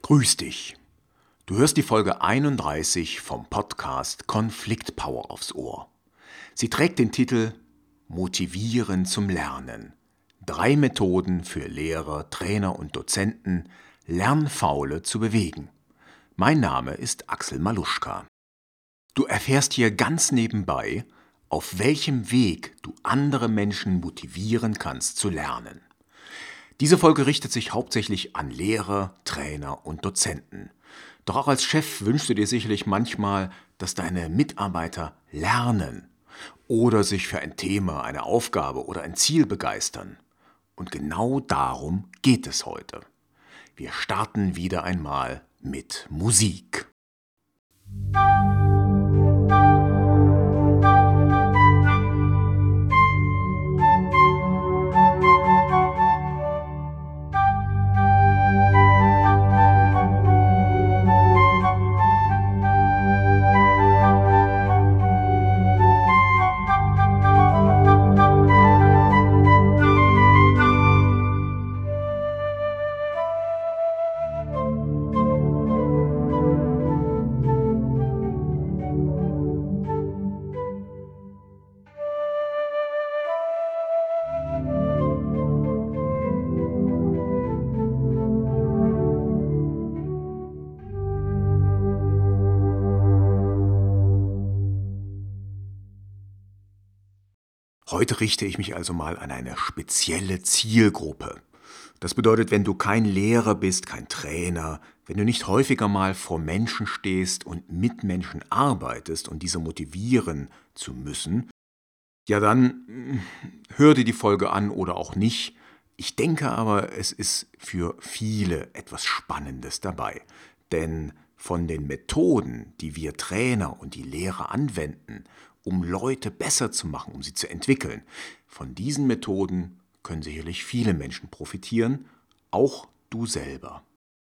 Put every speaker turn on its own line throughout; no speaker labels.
Grüß dich. Du hörst die Folge 31 vom Podcast Konfliktpower aufs Ohr. Sie trägt den Titel Motivieren zum Lernen. 3 Methoden für Lehrer, Trainer und Dozenten, Lernfaule zu bewegen. Mein Name ist Axel Maluschka. Du erfährst hier ganz nebenbei, auf welchem Weg du andere Menschen motivieren kannst zu lernen. Diese Folge richtet sich hauptsächlich an Lehrer, Trainer und Dozenten. Doch auch als Chef wünschst du dir sicherlich manchmal, dass deine Mitarbeiter lernen oder sich für ein Thema, eine Aufgabe oder ein Ziel begeistern. Und genau darum geht es heute. Wir starten wieder einmal mit Musik. Heute richte ich mich also mal an eine spezielle Zielgruppe. Das bedeutet, wenn du kein Lehrer bist, kein Trainer, wenn du nicht häufiger mal vor Menschen stehst und mit Menschen arbeitest und diese motivieren zu müssen, ja dann hör dir die Folge an oder auch nicht. Ich denke aber, es ist für viele etwas Spannendes dabei. Denn von den Methoden, die wir Trainer und die Lehrer anwenden, um Leute besser zu machen, um sie zu entwickeln, von diesen Methoden können sicherlich viele Menschen profitieren, auch du selber.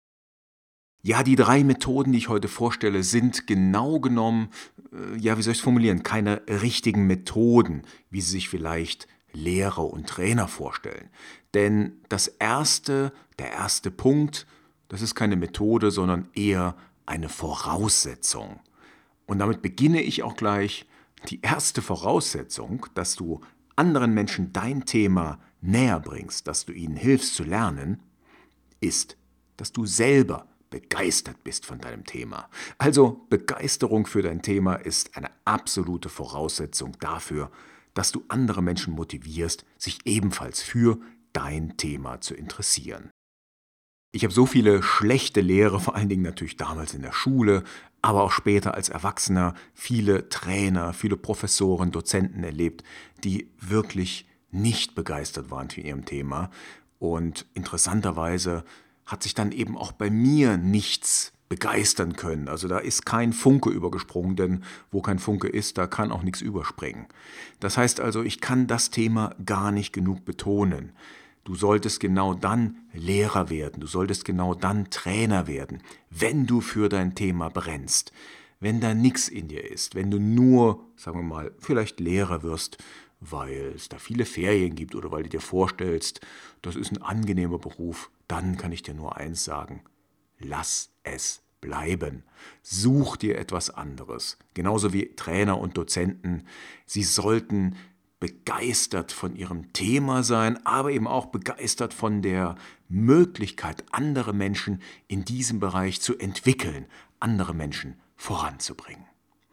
Ja, die 3 Methoden, die ich heute vorstelle, sind genau genommen, wie soll ich es formulieren, keine richtigen Methoden, wie sie sich vielleicht Lehrer und Trainer vorstellen. Denn der erste Punkt, das ist keine Methode, sondern eher eine Voraussetzung. Und damit beginne ich auch gleich. Die erste Voraussetzung, dass du anderen Menschen dein Thema näher bringst, dass du ihnen hilfst zu lernen, ist, dass du selber begeistert bist von deinem Thema. Also Begeisterung für dein Thema ist eine absolute Voraussetzung dafür, dass du andere Menschen motivierst, sich ebenfalls für dein Thema zu interessieren. Ich habe so viele schlechte Lehrer, vor allen Dingen natürlich damals in der Schule, aber auch später als Erwachsener, viele Trainer, viele Professoren, Dozenten erlebt, die wirklich nicht begeistert waren von ihrem Thema. Und interessanterweise hat sich dann eben auch bei mir nichts begeistern können. Also da ist kein Funke übergesprungen, denn wo kein Funke ist, da kann auch nichts überspringen. Das heißt also, ich kann das Thema gar nicht genug betonen. Du solltest genau dann Lehrer werden, du solltest genau dann Trainer werden, wenn du für dein Thema brennst, wenn da nichts in dir ist, wenn du nur, sagen wir mal, vielleicht Lehrer wirst, weil es da viele Ferien gibt oder weil du dir vorstellst, das ist ein angenehmer Beruf, dann kann ich dir nur eins sagen, lass es bleiben. Such dir etwas anderes. Genauso wie Trainer und Dozenten, sie sollten begeistert von ihrem Thema sein, aber eben auch begeistert von der Möglichkeit, andere Menschen in diesem Bereich zu entwickeln, andere Menschen voranzubringen.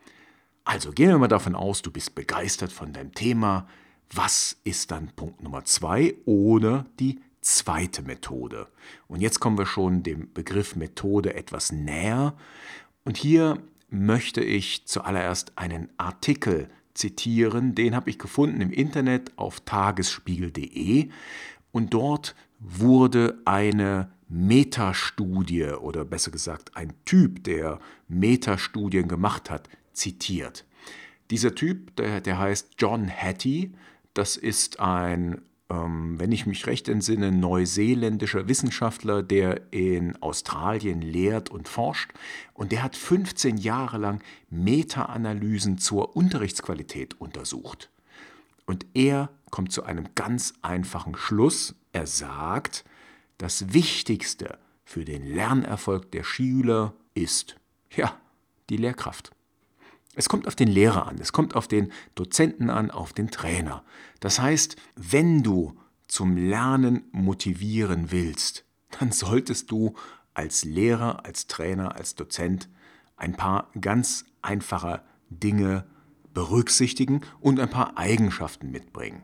Also gehen wir mal davon aus, du bist begeistert von deinem Thema. Was ist dann Punkt Nummer 2 oder die zweite Methode? Und jetzt kommen wir schon dem Begriff Methode etwas näher. Und hier möchte ich zuallererst einen Artikel zitieren, den habe ich gefunden im Internet auf tagesspiegel.de und dort wurde eine Metastudie oder besser gesagt ein Typ, der Metastudien gemacht hat, zitiert. Dieser Typ, der heißt John Hattie, das ist ein, wenn ich mich recht entsinne, neuseeländischer Wissenschaftler, der in Australien lehrt und forscht. Und der hat 15 Jahre lang Meta-Analysen zur Unterrichtsqualität untersucht. Und er kommt zu einem ganz einfachen Schluss. Er sagt, das Wichtigste für den Lernerfolg der Schüler ist, ja, die Lehrkraft. Es kommt auf den Lehrer an, es kommt auf den Dozenten an, auf den Trainer. Das heißt, wenn du zum Lernen motivieren willst, dann solltest du als Lehrer, als Trainer, als Dozent ein paar ganz einfache Dinge berücksichtigen und ein paar Eigenschaften mitbringen.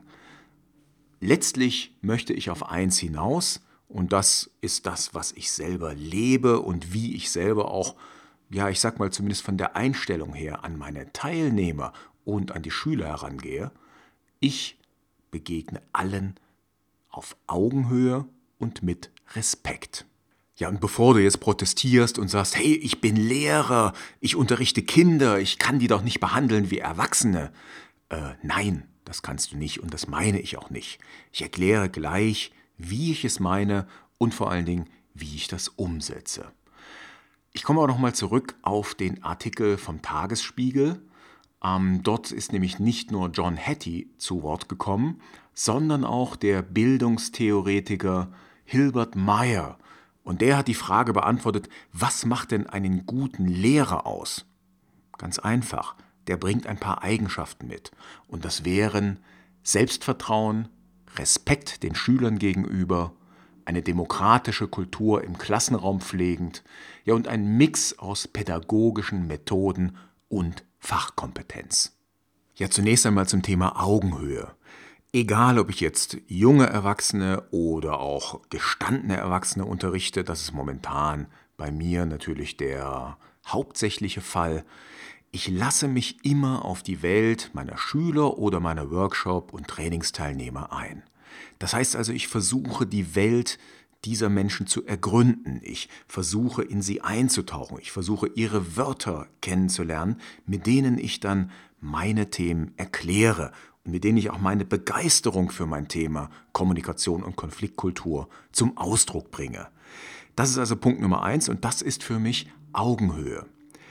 Letztlich möchte ich auf eins hinaus, und das ist das, was ich selber lebe und wie ich selber auch, ja, ich sag mal zumindest von der Einstellung her an meine Teilnehmer und an die Schüler herangehe. Ich begegne allen auf Augenhöhe und mit Respekt. Ja, und bevor du jetzt protestierst und sagst, hey, ich bin Lehrer, ich unterrichte Kinder, ich kann die doch nicht behandeln wie Erwachsene. Nein, das kannst du nicht und das meine ich auch nicht. Ich erkläre gleich, wie ich es meine und vor allen Dingen, wie ich das umsetze. Ich komme auch nochmal zurück auf den Artikel vom Tagesspiegel. Dort ist nämlich nicht nur John Hattie zu Wort gekommen, sondern auch der Bildungstheoretiker Hilbert Meyer. Und der hat die Frage beantwortet, was macht denn einen guten Lehrer aus? Ganz einfach, der bringt ein paar Eigenschaften mit. Und das wären Selbstvertrauen, Respekt den Schülern gegenüber, eine demokratische Kultur im Klassenraum pflegend, ja und ein Mix aus pädagogischen Methoden und Fachkompetenz. Ja, zunächst einmal zum Thema Augenhöhe. Egal, ob ich jetzt junge Erwachsene oder auch gestandene Erwachsene unterrichte, das ist momentan bei mir natürlich der hauptsächliche Fall. Ich lasse mich immer auf die Welt meiner Schüler oder meiner Workshop- und Trainingsteilnehmer ein. Das heißt also, ich versuche die Welt dieser Menschen zu ergründen. Ich versuche in sie einzutauchen. Ich versuche ihre Wörter kennenzulernen, mit denen ich dann meine Themen erkläre und mit denen ich auch meine Begeisterung für mein Thema Kommunikation und Konfliktkultur zum Ausdruck bringe. Das ist also Punkt Nummer 1 und das ist für mich Augenhöhe.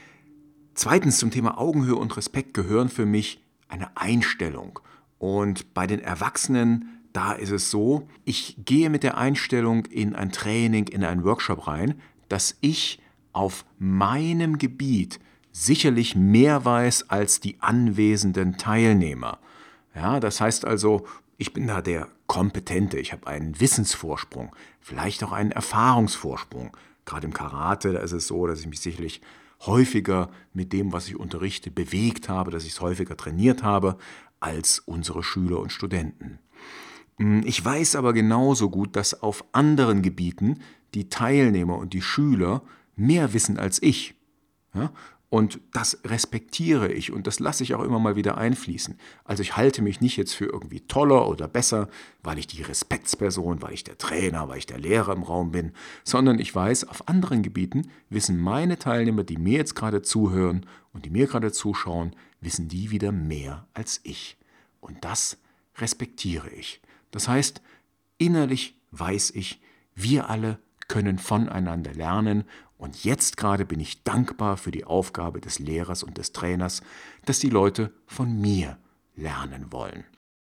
Zweitens zum Thema Augenhöhe und Respekt gehören für mich eine Einstellung. Und bei den Erwachsenen, da ist es so, ich gehe mit der Einstellung in ein Training, in einen Workshop rein, dass ich auf meinem Gebiet sicherlich mehr weiß als die anwesenden Teilnehmer. Ja, das heißt also, ich bin da der Kompetente, ich habe einen Wissensvorsprung, vielleicht auch einen Erfahrungsvorsprung. Gerade im Karate, da ist es so, dass ich mich sicherlich häufiger mit dem, was ich unterrichte, bewegt habe, dass ich es häufiger trainiert habe als unsere Schüler und Studenten. Ich weiß aber genauso gut, dass auf anderen Gebieten die Teilnehmer und die Schüler mehr wissen als ich. Ja? Und das respektiere ich und das lasse ich auch immer mal wieder einfließen. Also ich halte mich nicht jetzt für irgendwie toller oder besser, weil ich die Respektsperson, weil ich der Trainer, weil ich der Lehrer im Raum bin, sondern ich weiß, auf anderen Gebieten wissen meine Teilnehmer, die mir jetzt gerade zuhören und die mir gerade zuschauen, wissen die wieder mehr als ich. Und das respektiere ich. Das heißt, innerlich weiß ich, wir alle können voneinander lernen und jetzt gerade bin ich dankbar für die Aufgabe des Lehrers und des Trainers, dass die Leute von mir lernen wollen.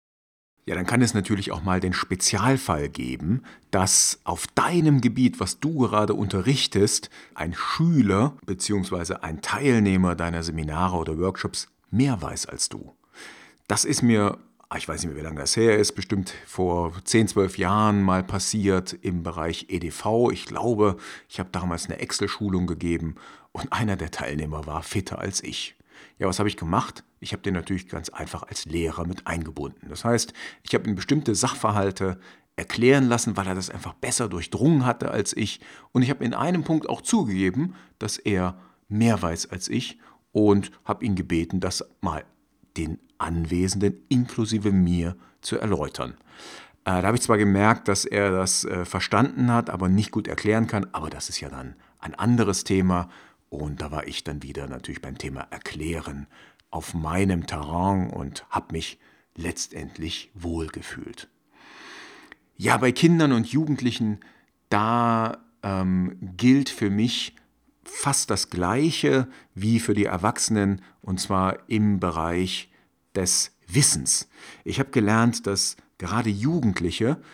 Ja, dann kann es natürlich auch mal den Spezialfall geben, dass auf deinem Gebiet, was du gerade unterrichtest, ein Schüler bzw. ein Teilnehmer deiner Seminare oder Workshops mehr weiß als du. Das ist mir, ich weiß nicht mehr, wie lange das her ist, bestimmt vor 10, 12 Jahren mal passiert im Bereich EDV. Ich glaube, ich habe damals eine Excel-Schulung gegeben und einer der Teilnehmer war fitter als ich. Ja, was habe ich gemacht? Ich habe den natürlich ganz einfach als Lehrer mit eingebunden. Das heißt, ich habe ihm bestimmte Sachverhalte erklären lassen, weil er das einfach besser durchdrungen hatte als ich. Und ich habe in einem Punkt auch zugegeben, dass er mehr weiß als ich und habe ihn gebeten, das mal den Anwesenden inklusive mir zu erläutern. Da habe ich zwar gemerkt, dass er das verstanden hat, aber nicht gut erklären kann, aber das ist ja dann ein anderes Thema. Und da war ich dann wieder natürlich beim Thema Erklären auf meinem Terrain und habe mich letztendlich wohlgefühlt. Ja, bei Kindern und Jugendlichen, da gilt für mich fast das Gleiche wie für die Erwachsenen, und zwar im Bereich des Wissens. Ich habe gelernt, dass gerade Jugendliche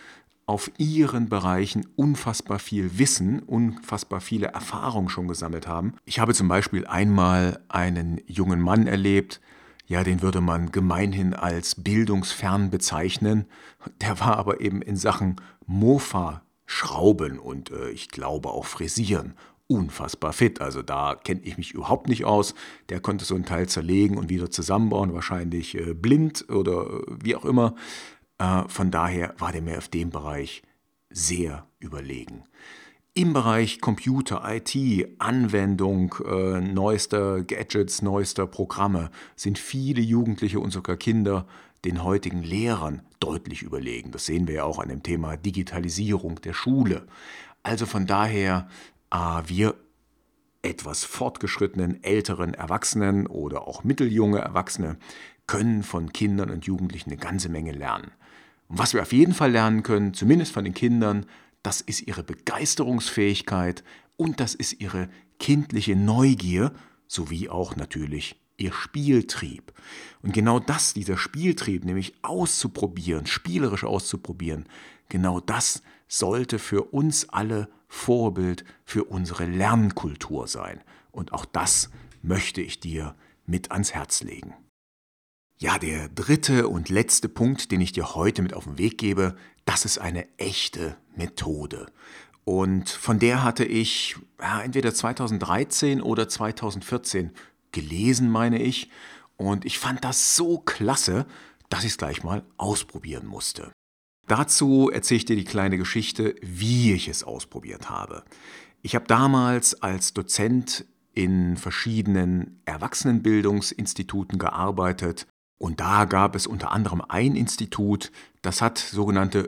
auf ihren Bereichen unfassbar viel Wissen, unfassbar viele Erfahrungen schon gesammelt haben. Ich habe zum Beispiel einmal einen jungen Mann erlebt, ja, den würde man gemeinhin als bildungsfern bezeichnen. Der war aber eben in Sachen Mofa, Schrauben und ich glaube auch Frisieren unfassbar fit. Also da kenne ich mich überhaupt nicht aus. Der konnte so ein Teil zerlegen und wieder zusammenbauen, wahrscheinlich blind oder wie auch immer. Von daher war der mir auf dem Bereich sehr überlegen. Im Bereich Computer, IT, Anwendung neuester Gadgets, neuester Programme sind viele Jugendliche und sogar Kinder den heutigen Lehrern deutlich überlegen. Das sehen wir ja auch an dem Thema Digitalisierung der Schule. Also von daher, wir etwas fortgeschrittenen, älteren Erwachsenen oder auch mitteljunge Erwachsene können von Kindern und Jugendlichen eine ganze Menge lernen. Und was wir auf jeden Fall lernen können, zumindest von den Kindern, das ist ihre Begeisterungsfähigkeit und das ist ihre kindliche Neugier sowie auch natürlich ihr Spieltrieb. Und genau das, dieser Spieltrieb, nämlich auszuprobieren, spielerisch auszuprobieren, genau das sollte für uns alle Vorbild für unsere Lernkultur sein. Und auch das möchte ich dir mit ans Herz legen. Ja, der dritte und letzte Punkt, den ich dir heute mit auf den Weg gebe, das ist eine echte Methode. Und von der hatte ich entweder 2013 oder 2014 gelesen, meine ich. Und ich fand das so klasse, dass ich es gleich mal ausprobieren musste. Dazu erzähle ich dir die kleine Geschichte, wie ich es ausprobiert habe. Ich habe damals als Dozent in verschiedenen Erwachsenenbildungsinstituten gearbeitet. Und da gab es unter anderem ein Institut, das hat sogenannte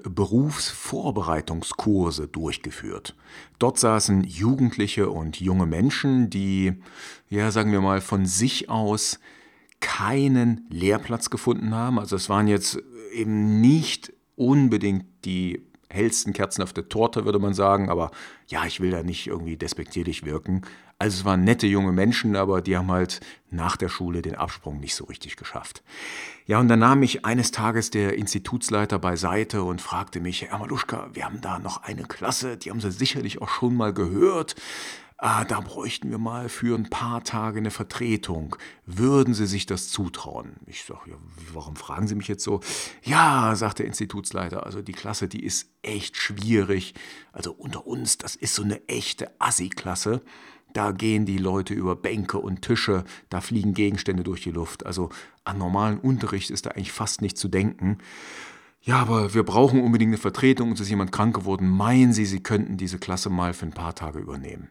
Berufsvorbereitungskurse durchgeführt. Dort saßen Jugendliche und junge Menschen, die, ja, sagen wir mal, von sich aus keinen Lehrplatz gefunden haben. Also es waren jetzt eben nicht unbedingt die hellsten Kerzen auf der Torte, würde man sagen, aber ja, ich will da nicht irgendwie despektierlich wirken. Also es waren nette junge Menschen, aber die haben halt nach der Schule den Absprung nicht so richtig geschafft. Ja, und dann nahm mich eines Tages der Institutsleiter beiseite und fragte mich: Herr Maluschka, wir haben da noch eine Klasse, die haben Sie sicherlich auch schon mal gehört. Da bräuchten wir mal für ein paar Tage eine Vertretung. Würden Sie sich das zutrauen? Ich sage: ja, warum fragen Sie mich jetzt so? Ja, sagt der Institutsleiter, also die Klasse, die ist echt schwierig. Also unter uns, das ist so eine echte Assi-Klasse. Da gehen die Leute über Bänke und Tische, da fliegen Gegenstände durch die Luft. Also an normalen Unterricht ist da eigentlich fast nicht zu denken. Ja, aber wir brauchen unbedingt eine Vertretung, uns ist jemand krank geworden. Meinen Sie, Sie könnten diese Klasse mal für ein paar Tage übernehmen?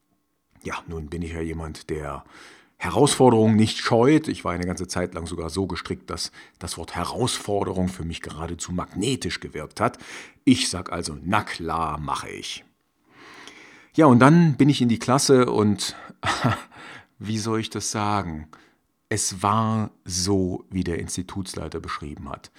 Ja, nun bin ich ja jemand, der Herausforderungen nicht scheut. Ich war eine ganze Zeit lang sogar so gestrickt, dass das Wort Herausforderung für mich geradezu magnetisch gewirkt hat. Ich sag also: na klar, mache ich. Ja, und dann bin ich in die Klasse und wie soll ich das sagen? Es war so, wie der Institutsleiter beschrieben hat.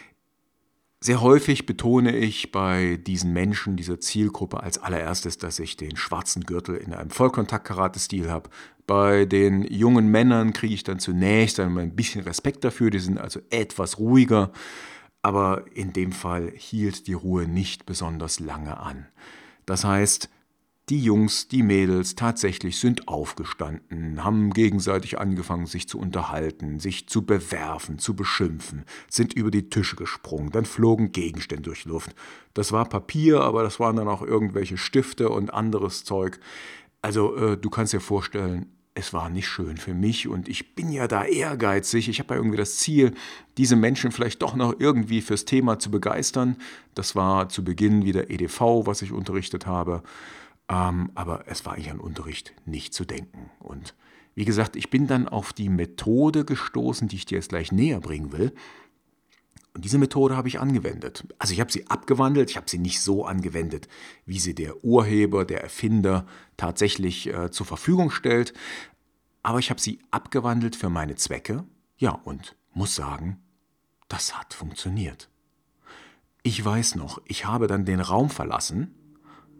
Sehr häufig betone ich bei diesen Menschen, dieser Zielgruppe als allererstes, dass ich den schwarzen Gürtel in einem Vollkontakt-Karate-Stil habe. Bei den jungen Männern kriege ich dann zunächst einmal ein bisschen Respekt dafür, die sind also etwas ruhiger. Aber in dem Fall hielt die Ruhe nicht besonders lange an. Das heißt, die Jungs, die Mädels tatsächlich sind aufgestanden, haben gegenseitig angefangen, sich zu unterhalten, sich zu bewerfen, zu beschimpfen, sind über die Tische gesprungen, dann flogen Gegenstände durch die Luft. Das war Papier, aber das waren dann auch irgendwelche Stifte und anderes Zeug. Also du kannst dir vorstellen, es war nicht schön für mich und ich bin ja da ehrgeizig. Ich habe ja irgendwie das Ziel, diese Menschen vielleicht doch noch irgendwie fürs Thema zu begeistern. Das war zu Beginn wieder EDV, was ich unterrichtet habe. Aber es war eigentlich an Unterricht nicht zu denken. Und wie gesagt, ich bin dann auf die Methode gestoßen, die ich dir jetzt gleich näher bringen will. Und diese Methode habe ich angewendet. Also ich habe sie abgewandelt, ich habe sie nicht so angewendet, wie sie der Urheber, der Erfinder tatsächlich zur Verfügung stellt. Aber ich habe sie abgewandelt für meine Zwecke. Ja, und muss sagen, das hat funktioniert. Ich weiß noch, ich habe dann den Raum verlassen.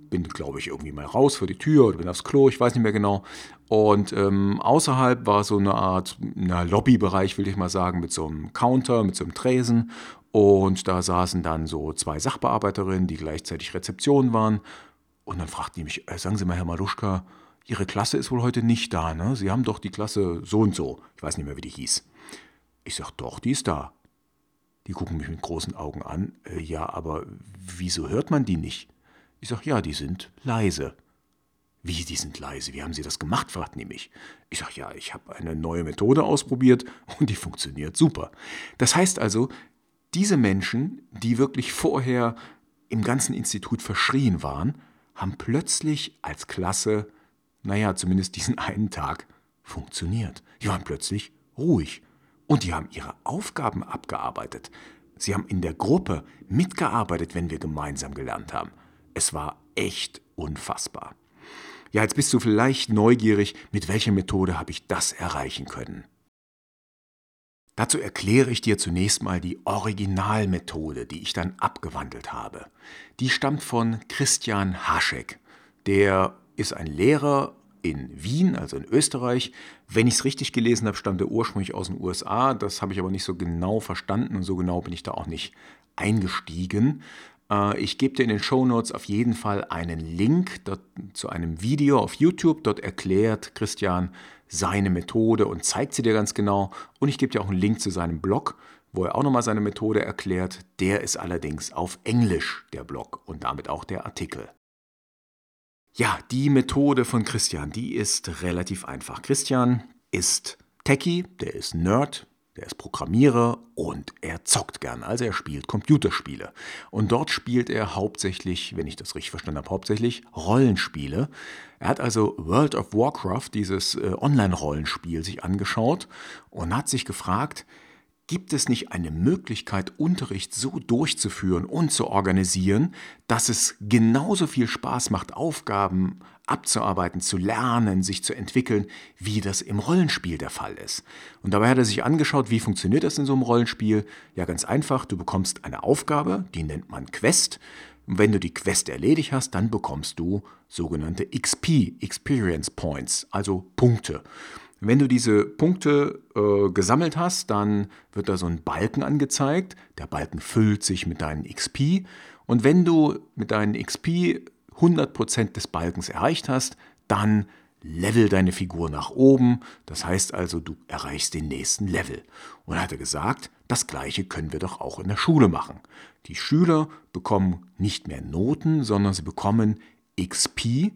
bin, glaube ich, irgendwie mal raus vor die Tür oder bin aufs Klo, ich weiß nicht mehr genau. Und außerhalb war so eine Art Lobbybereich, will ich mal sagen, mit so einem Counter, mit so einem Tresen. Und da saßen dann so 2 Sachbearbeiterinnen, die gleichzeitig Rezeption waren. Und dann fragten die mich, sagen Sie mal, Herr Maluschka, Ihre Klasse ist wohl heute nicht da, ne? Sie haben doch die Klasse so und so. Ich weiß nicht mehr, wie die hieß. Ich sag, doch, die ist da. Die gucken mich mit großen Augen an. Ja, aber wieso hört man die nicht? Ich sag, ja, die sind leise. Wie, die sind leise? Wie haben Sie das gemacht? Fragten die mich. Ich sag, ja, ich habe eine neue Methode ausprobiert und die funktioniert super. Das heißt also, diese Menschen, die wirklich vorher im ganzen Institut verschrien waren, haben plötzlich als Klasse, zumindest diesen einen Tag, funktioniert. Die waren plötzlich ruhig. Und die haben ihre Aufgaben abgearbeitet. Sie haben in der Gruppe mitgearbeitet, wenn wir gemeinsam gelernt haben. Es war echt unfassbar. Ja, jetzt bist du vielleicht neugierig, mit welcher Methode habe ich das erreichen können. Dazu erkläre ich dir zunächst mal die Originalmethode, die ich dann abgewandelt habe. Die stammt von Christian Haschek. Der ist ein Lehrer in Wien, also in Österreich. Wenn ich es richtig gelesen habe, stammt er ursprünglich aus den USA. Das habe ich aber nicht so genau verstanden und so genau bin ich da auch nicht eingestiegen. Ich gebe dir in den Shownotes auf jeden Fall einen Link zu einem Video auf YouTube. Dort erklärt Christian seine Methode und zeigt sie dir ganz genau. Und ich gebe dir auch einen Link zu seinem Blog, wo er auch nochmal seine Methode erklärt. Der ist allerdings auf Englisch, der Blog, und damit auch der Artikel. Ja, die Methode von Christian, die ist relativ einfach. Christian ist Techie, der ist Nerd, der ist Programmierer und er zockt gern, also er spielt Computerspiele. Und dort spielt er hauptsächlich, wenn ich das richtig verstanden habe, hauptsächlich Rollenspiele. Er hat also World of Warcraft, dieses Online-Rollenspiel, sich angeschaut und hat sich gefragt, gibt es nicht eine Möglichkeit, Unterricht so durchzuführen und zu organisieren, dass es genauso viel Spaß macht, Aufgaben abzuarbeiten, zu lernen, sich zu entwickeln, wie das im Rollenspiel der Fall ist? Und dabei hat er sich angeschaut, wie funktioniert das in so einem Rollenspiel? Ja, ganz einfach, du bekommst eine Aufgabe, die nennt man Quest. Und wenn du die Quest erledigt hast, dann bekommst du sogenannte XP, Experience Points, also Punkte. Wenn du diese Punkte gesammelt hast, dann wird da so ein Balken angezeigt. Der Balken füllt sich mit deinen XP. Und wenn du mit deinen XP 100% des Balkens erreicht hast, dann level deine Figur nach oben. Das heißt also, du erreichst den nächsten Level. Und er hatte gesagt, das Gleiche können wir doch auch in der Schule machen. Die Schüler bekommen nicht mehr Noten, sondern sie bekommen XP.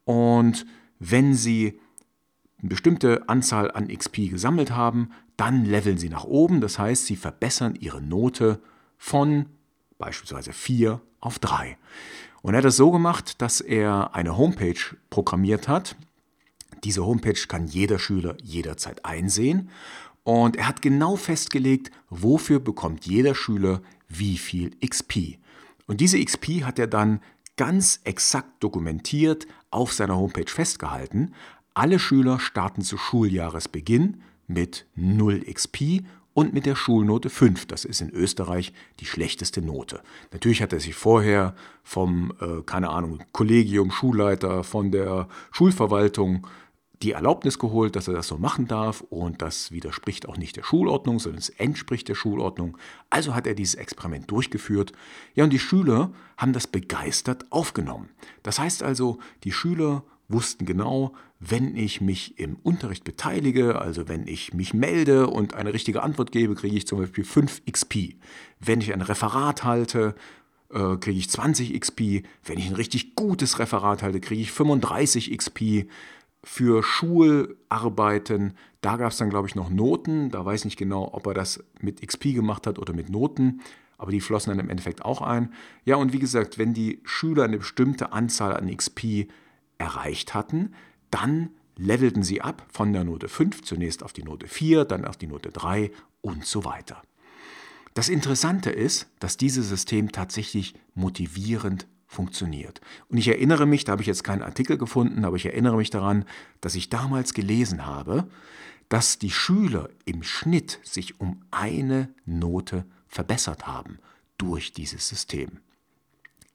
Und wenn sie eine bestimmte Anzahl an XP gesammelt haben, dann leveln sie nach oben. Das heißt, sie verbessern ihre Note von beispielsweise 4 auf 3. Und er hat das so gemacht, dass er eine Homepage programmiert hat. Diese Homepage kann jeder Schüler jederzeit einsehen. Und er hat genau festgelegt, wofür bekommt jeder Schüler wie viel XP. Und diese XP hat er dann ganz exakt dokumentiert auf seiner Homepage festgehalten. Alle Schüler starten zu Schuljahresbeginn mit 0 XP und mit der Schulnote 5. Das ist in Österreich die schlechteste Note. Natürlich hat er sich vorher vom, Kollegium, Schulleiter, von der Schulverwaltung die Erlaubnis geholt, dass er das so machen darf, und das widerspricht auch nicht der Schulordnung, sondern es entspricht der Schulordnung. Also hat er dieses Experiment durchgeführt. Ja, und die Schüler haben das begeistert aufgenommen. Das heißt also, die Schüler wussten genau, wenn ich mich im Unterricht beteilige, also wenn ich mich melde und eine richtige Antwort gebe, kriege ich zum Beispiel 5 XP. Wenn ich ein Referat halte, kriege ich 20 XP. Wenn ich ein richtig gutes Referat halte, kriege ich 35 XP. Für Schularbeiten, da gab es dann, glaube ich, noch Noten. Da weiß ich nicht genau, ob er das mit XP gemacht hat oder mit Noten. Aber die flossen dann im Endeffekt auch ein. Ja, und wie gesagt, wenn die Schüler eine bestimmte Anzahl an XP erreicht hatten, dann levelten sie ab von der Note 5 zunächst auf die Note 4, dann auf die Note 3 und so weiter. Das Interessante ist, dass dieses System tatsächlich motivierend funktioniert. Und ich erinnere mich, da habe ich jetzt keinen Artikel gefunden, aber ich erinnere mich daran, dass ich damals gelesen habe, dass die Schüler im Schnitt sich um eine Note verbessert haben durch dieses System.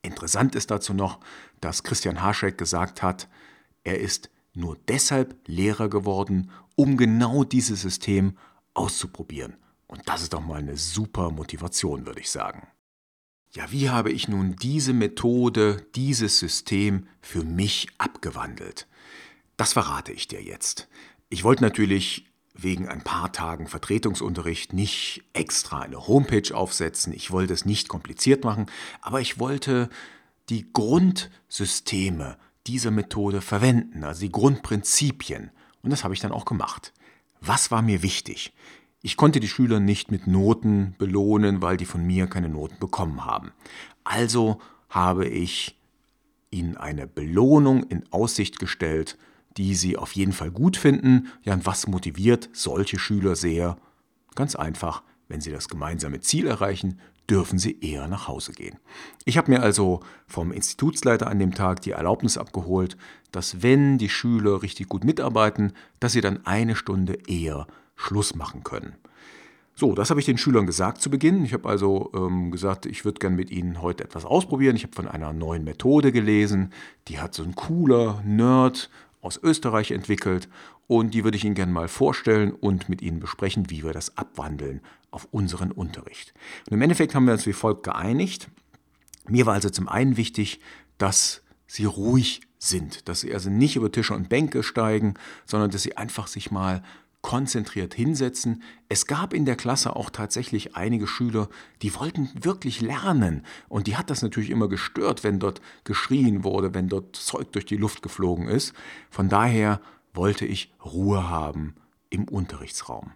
Interessant ist dazu noch, dass Christian Haschek gesagt hat, er ist nur deshalb Lehrer geworden, um genau dieses System auszuprobieren. Und das ist doch mal eine super Motivation, würde ich sagen. Ja, wie habe ich nun diese Methode, dieses System für mich abgewandelt? Das verrate ich dir jetzt. Ich wollte natürlich wegen ein paar Tagen Vertretungsunterricht nicht extra eine Homepage aufsetzen. Ich wollte es nicht kompliziert machen, aber ich wollte die Grundsysteme dieser Methode verwenden, also die Grundprinzipien. Und das habe ich dann auch gemacht. Was war mir wichtig? Ich konnte die Schüler nicht mit Noten belohnen, weil die von mir keine Noten bekommen haben. Also habe ich ihnen eine Belohnung in Aussicht gestellt, die sie auf jeden Fall gut finden. Ja, und was motiviert solche Schüler sehr? Ganz einfach, wenn sie das gemeinsame Ziel erreichen, dürfen sie eher nach Hause gehen. Ich habe mir also vom Institutsleiter an dem Tag die Erlaubnis abgeholt, dass wenn die Schüler richtig gut mitarbeiten, dass sie dann eine Stunde eher Schluss machen können. So, das habe ich den Schülern gesagt zu Beginn. Ich habe also gesagt, ich würde gerne mit ihnen heute etwas ausprobieren. Ich habe von einer neuen Methode gelesen, die hat so ein cooler Nerd aus Österreich entwickelt und die würde ich Ihnen gerne mal vorstellen und mit Ihnen besprechen, wie wir das abwandeln auf unseren Unterricht. Und im Endeffekt haben wir uns wie folgt geeinigt. Mir war also zum einen wichtig, dass Sie ruhig sind, dass Sie also nicht über Tische und Bänke steigen, sondern dass Sie einfach sich mal konzentriert hinsetzen. Es gab in der Klasse auch tatsächlich einige Schüler, die wollten wirklich lernen. Und die hat das natürlich immer gestört, wenn dort geschrien wurde, wenn dort Zeug durch die Luft geflogen ist. Von daher wollte ich Ruhe haben im Unterrichtsraum.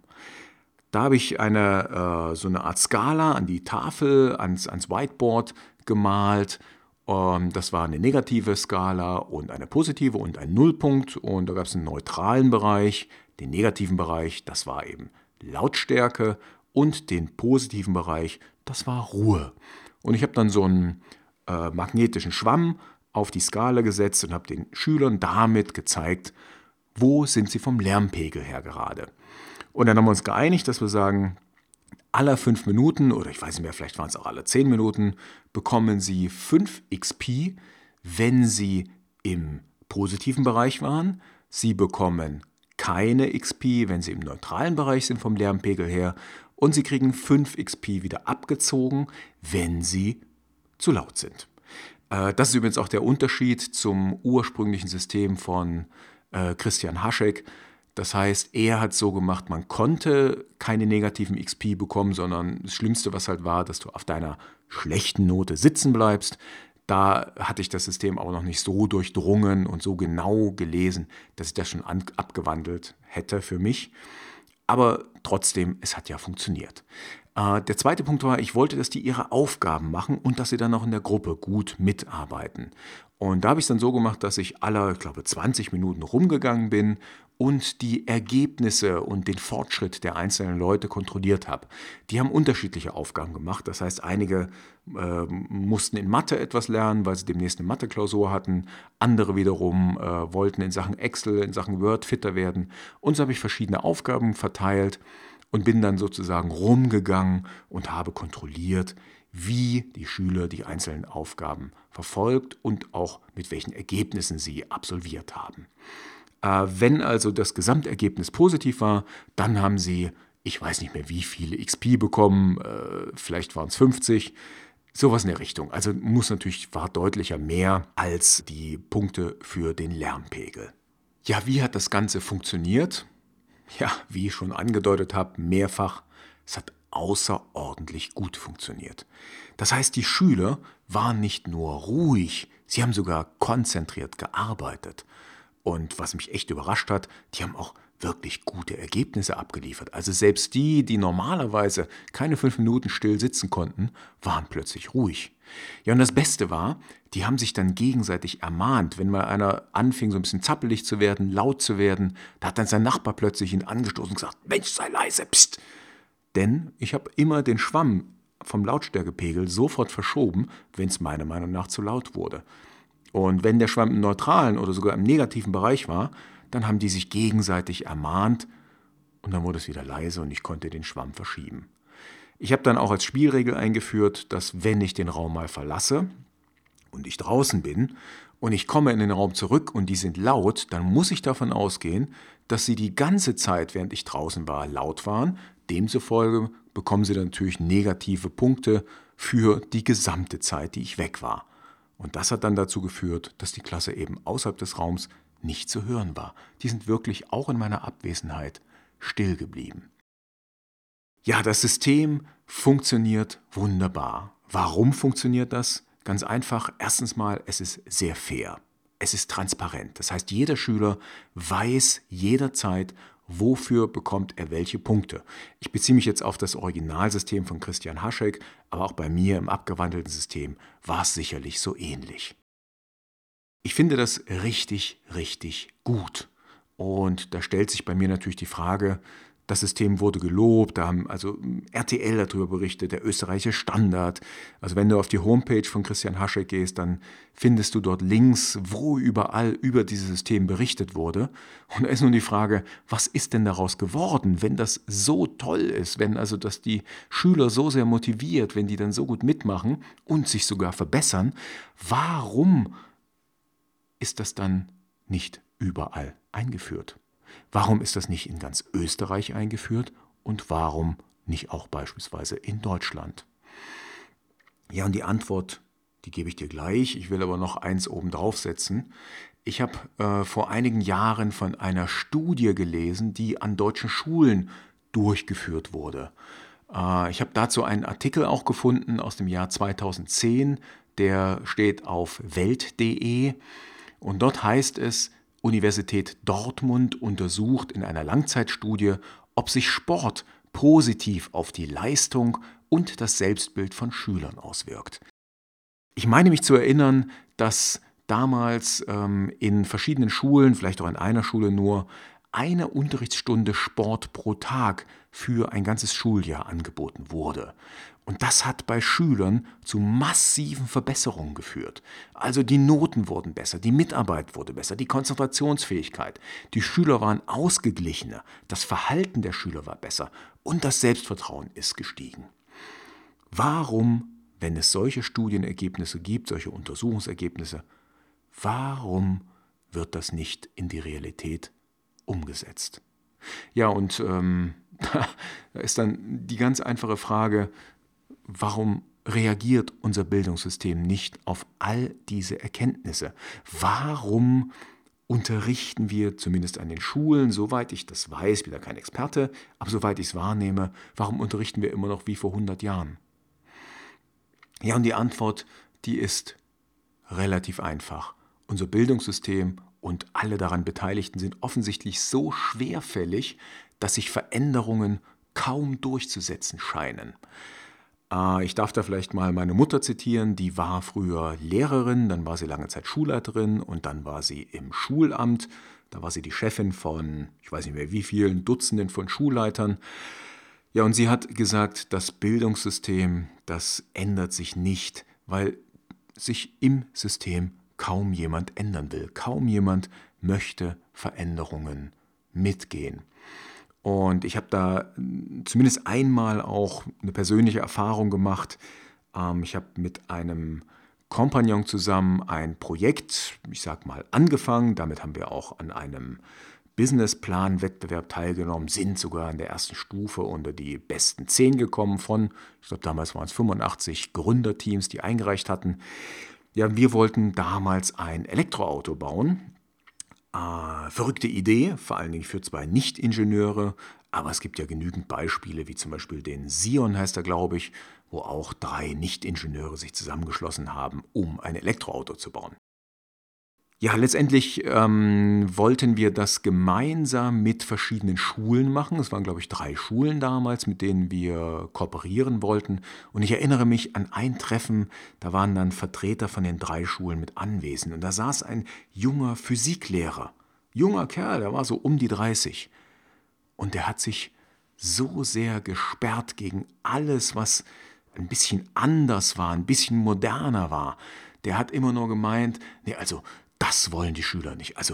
Da habe ich so eine Art Skala an die Tafel, ans Whiteboard gemalt. Das war eine negative Skala und eine positive und ein Nullpunkt. Und da gab es einen neutralen Bereich. Den negativen Bereich, das war eben Lautstärke und den positiven Bereich, das war Ruhe. Und ich habe dann so einen magnetischen Schwamm auf die Skala gesetzt und habe den Schülern damit gezeigt, wo sind sie vom Lärmpegel her gerade. Und dann haben wir uns geeinigt, dass wir sagen, alle 5 Minuten, oder ich weiß nicht mehr, vielleicht waren es auch alle 10 Minuten, bekommen sie 5 XP, wenn sie im positiven Bereich waren. Sie bekommen keine XP, wenn sie im neutralen Bereich sind vom Lärmpegel her. Und sie kriegen 5 XP wieder abgezogen, wenn sie zu laut sind. Das ist übrigens auch der Unterschied zum ursprünglichen System von Christian Haschek. Das heißt, er hat so gemacht, man konnte keine negativen XP bekommen, sondern das Schlimmste, was halt war, dass du auf deiner schlechten Note sitzen bleibst. Da hatte ich das System auch noch nicht so durchdrungen und so genau gelesen, dass ich das schon abgewandelt hätte für mich. Aber trotzdem, es hat ja funktioniert. Der zweite Punkt war, ich wollte, dass die ihre Aufgaben machen und dass sie dann auch in der Gruppe gut mitarbeiten. Und da habe ich es dann so gemacht, dass ich alle, ich glaube, 20 Minuten rumgegangen bin und die Ergebnisse und den Fortschritt der einzelnen Leute kontrolliert habe. Die haben unterschiedliche Aufgaben gemacht. Das heißt, einige mussten in Mathe etwas lernen, weil sie demnächst eine Mathe-Klausur hatten. Andere wiederum wollten in Sachen Excel, in Sachen Word fitter werden. Und so habe ich verschiedene Aufgaben verteilt und bin dann sozusagen rumgegangen und habe kontrolliert, wie die Schüler die einzelnen Aufgaben verfolgt und auch mit welchen Ergebnissen sie absolviert haben. Wenn also das Gesamtergebnis positiv war, dann haben sie, ich weiß nicht mehr wie viele XP bekommen, vielleicht waren es 50, sowas in der Richtung. Also war deutlicher mehr als die Punkte für den Lärmpegel. Ja, wie hat das Ganze funktioniert? Ja, wie ich schon angedeutet habe, mehrfach, es hat außerordentlich gut funktioniert. Das heißt, die Schüler waren nicht nur ruhig, sie haben sogar konzentriert gearbeitet. Und was mich echt überrascht hat, die haben auch wirklich gute Ergebnisse abgeliefert. Also selbst die normalerweise keine 5 Minuten still sitzen konnten, waren plötzlich ruhig. Ja, und das Beste war, die haben sich dann gegenseitig ermahnt. Wenn mal einer anfing, so ein bisschen zappelig zu werden, laut zu werden, da hat dann sein Nachbar plötzlich ihn angestoßen und gesagt, Mensch, sei leise, pst. Denn ich habe immer den Schwamm vom Lautstärkepegel sofort verschoben, wenn es meiner Meinung nach zu laut wurde. Und wenn der Schwamm im neutralen oder sogar im negativen Bereich war, dann haben die sich gegenseitig ermahnt und dann wurde es wieder leise und ich konnte den Schwamm verschieben. Ich habe dann auch als Spielregel eingeführt, dass wenn ich den Raum mal verlasse und ich draußen bin und ich komme in den Raum zurück und die sind laut, dann muss ich davon ausgehen, dass sie die ganze Zeit, während ich draußen war, laut waren. Demzufolge bekommen sie dann natürlich negative Punkte für die gesamte Zeit, die ich weg war. Und das hat dann dazu geführt, dass die Klasse eben außerhalb des Raums nicht zu hören war. Die sind wirklich auch in meiner Abwesenheit still geblieben. Ja, das System funktioniert wunderbar. Warum funktioniert das? Ganz einfach. Erstens mal, es ist sehr fair. Es ist transparent. Das heißt, jeder Schüler weiß jederzeit, wofür bekommt er welche Punkte. Ich beziehe mich jetzt auf das Originalsystem von Christian Haschek, aber auch bei mir im abgewandelten System war es sicherlich so ähnlich. Ich finde das richtig, richtig gut. Und da stellt sich bei mir natürlich die Frage, das System wurde gelobt, da haben also RTL darüber berichtet, der österreichische Standard. Also wenn du auf die Homepage von Christian Haschek gehst, dann findest du dort Links, wo überall über dieses System berichtet wurde. Und da ist nun die Frage, was ist denn daraus geworden, wenn das so toll ist, wenn also das die Schüler so sehr motiviert, wenn die dann so gut mitmachen und sich sogar verbessern, warum ist das dann nicht überall eingeführt? Warum ist das nicht in ganz Österreich eingeführt und warum nicht auch beispielsweise in Deutschland? Ja, und die Antwort, die gebe ich dir gleich. Ich will aber noch eins oben draufsetzen. Ich habe vor einigen Jahren von einer Studie gelesen, die an deutschen Schulen durchgeführt wurde. Ich habe dazu einen Artikel auch gefunden aus dem Jahr 2010, der steht auf welt.de und dort heißt es, Universität Dortmund untersucht in einer Langzeitstudie, ob sich Sport positiv auf die Leistung und das Selbstbild von Schülern auswirkt. Ich meine mich zu erinnern, dass damals in verschiedenen Schulen, vielleicht auch in einer Schule nur, eine Unterrichtsstunde Sport pro Tag für ein ganzes Schuljahr angeboten wurde. Und das hat bei Schülern zu massiven Verbesserungen geführt. Also die Noten wurden besser, die Mitarbeit wurde besser, die Konzentrationsfähigkeit. Die Schüler waren ausgeglichener, das Verhalten der Schüler war besser und das Selbstvertrauen ist gestiegen. Warum, wenn es solche Studienergebnisse gibt, solche Untersuchungsergebnisse, warum wird das nicht in die Realität umgesetzt? Ja, und da ist dann die ganz einfache Frage, warum reagiert unser Bildungssystem nicht auf all diese Erkenntnisse? Warum unterrichten wir zumindest an den Schulen, soweit ich das weiß, bin da kein Experte, aber soweit ich es wahrnehme, warum unterrichten wir immer noch wie vor 100 Jahren? Ja, und die Antwort, die ist relativ einfach. Unser Bildungssystem und alle daran Beteiligten sind offensichtlich so schwerfällig, dass sich Veränderungen kaum durchzusetzen scheinen. Ich darf da vielleicht mal meine Mutter zitieren, die war früher Lehrerin, dann war sie lange Zeit Schulleiterin und dann war sie im Schulamt. Da war sie die Chefin von, ich weiß nicht mehr wie vielen Dutzenden von Schulleitern. Ja, und sie hat gesagt, das Bildungssystem, das ändert sich nicht, weil sich im System kaum jemand ändern will. Kaum jemand möchte Veränderungen mitgehen. Und ich habe da zumindest einmal auch eine persönliche Erfahrung gemacht. Ich habe mit einem Kompagnon zusammen ein Projekt, ich sag mal, angefangen. Damit haben wir auch an einem Businessplan-Wettbewerb teilgenommen, sind sogar in der ersten Stufe unter die besten 10 gekommen von, ich glaube damals waren es 85 Gründerteams, die eingereicht hatten. Ja, wir wollten damals ein Elektroauto bauen. Verrückte Idee, vor allen Dingen für 2 Nicht-Ingenieure, aber es gibt ja genügend Beispiele, wie zum Beispiel den Sion heißt er, glaube ich, wo auch 3 Nicht-Ingenieure sich zusammengeschlossen haben, um ein Elektroauto zu bauen. Ja, letztendlich wollten wir das gemeinsam mit verschiedenen Schulen machen. Es waren, glaube ich, 3 Schulen damals, mit denen wir kooperieren wollten. Und ich erinnere mich an ein Treffen, da waren dann Vertreter von den 3 Schulen mit anwesend. Und da saß ein junger Physiklehrer, junger Kerl, der war so um die 30. Und der hat sich so sehr gesperrt gegen alles, was ein bisschen anders war, ein bisschen moderner war. Der hat immer nur gemeint, nee, also das wollen die Schüler nicht. Also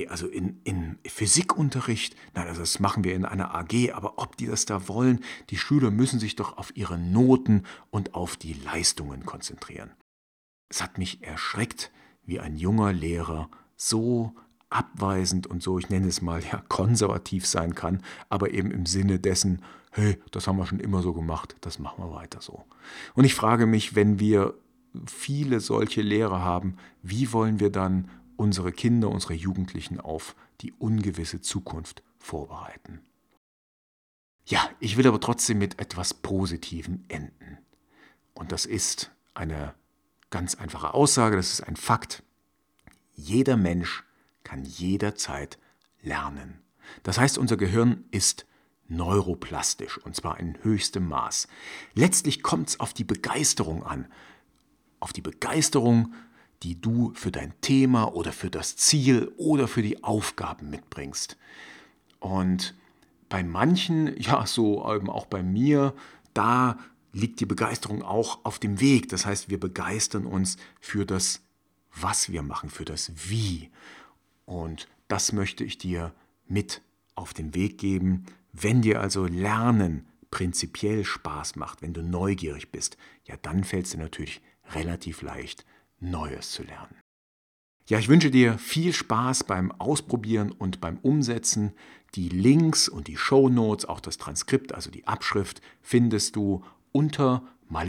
in Physikunterricht, nein, also das machen wir in einer AG, aber ob die das da wollen, die Schüler müssen sich doch auf ihre Noten und auf die Leistungen konzentrieren. Es hat mich erschreckt, wie ein junger Lehrer so abweisend und so, ich nenne es mal, ja, konservativ sein kann, aber eben im Sinne dessen, hey, das haben wir schon immer so gemacht, das machen wir weiter so. Und ich frage mich, wenn wir viele solche Lehrer haben, wie wollen wir dann unsere Kinder, unsere Jugendlichen auf die ungewisse Zukunft vorbereiten? Ja, ich will aber trotzdem mit etwas Positivem enden. Und das ist eine ganz einfache Aussage, das ist ein Fakt. Jeder Mensch kann jederzeit lernen. Das heißt, unser Gehirn ist neuroplastisch, und zwar in höchstem Maß. Letztlich kommt es auf die Begeisterung an. Auf die Begeisterung, die du für dein Thema oder für das Ziel oder für die Aufgaben mitbringst. Und bei manchen, ja, so eben auch bei mir, da liegt die Begeisterung auch auf dem Weg. Das heißt, wir begeistern uns für das, was wir machen, für das Wie. Und das möchte ich dir mit auf den Weg geben. Wenn dir also Lernen prinzipiell Spaß macht, wenn du neugierig bist, ja, dann fällt es dir natürlich relativ leicht, Neues zu lernen. Ja, ich wünsche dir viel Spaß beim Ausprobieren und beim Umsetzen. Die Links und die Shownotes, auch das Transkript, also die Abschrift, findest du unter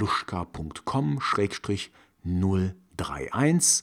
maluschka.com/031,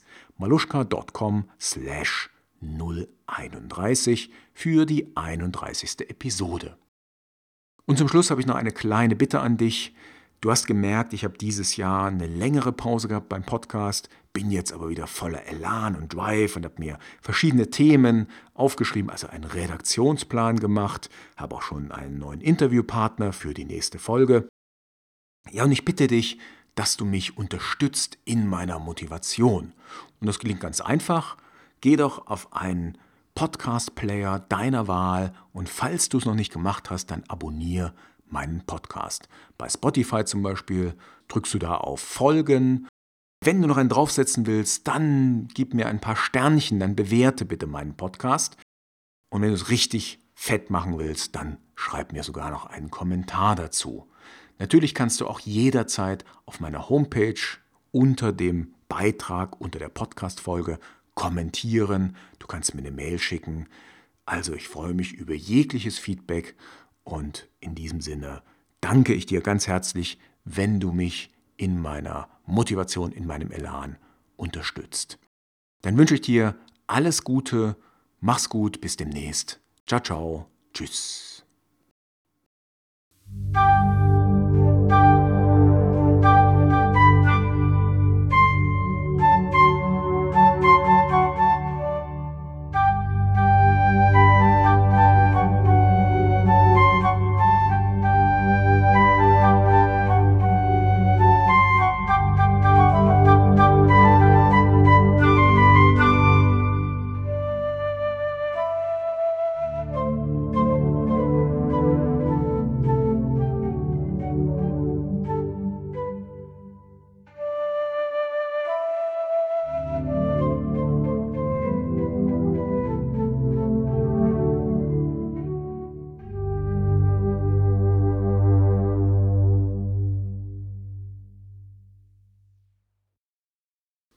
maluschka.com/031 für die 31. Episode. Und zum Schluss habe ich noch eine kleine Bitte an dich. Du hast gemerkt, ich habe dieses Jahr eine längere Pause gehabt beim Podcast, bin jetzt aber wieder voller Elan und Drive und habe mir verschiedene Themen aufgeschrieben, also einen Redaktionsplan gemacht, habe auch schon einen neuen Interviewpartner für die nächste Folge. Ja, und ich bitte dich, dass du mich unterstützt in meiner Motivation. Und das klingt ganz einfach. Geh doch auf einen Podcast-Player deiner Wahl und falls du es noch nicht gemacht hast, dann abonniere meinen Podcast. Bei Spotify zum Beispiel drückst du da auf Folgen. Wenn du noch einen draufsetzen willst, dann gib mir ein paar Sternchen, dann bewerte bitte meinen Podcast. Und wenn du es richtig fett machen willst, dann schreib mir sogar noch einen Kommentar dazu. Natürlich kannst du auch jederzeit auf meiner Homepage unter dem Beitrag, unter der Podcast-Folge kommentieren. Du kannst mir eine Mail schicken. Also ich freue mich über jegliches Feedback und in diesem Sinne danke ich dir ganz herzlich, wenn du mich in meiner Motivation, in meinem Elan unterstützt. Dann wünsche ich dir alles Gute, mach's gut, bis demnächst. Ciao, ciao, tschüss.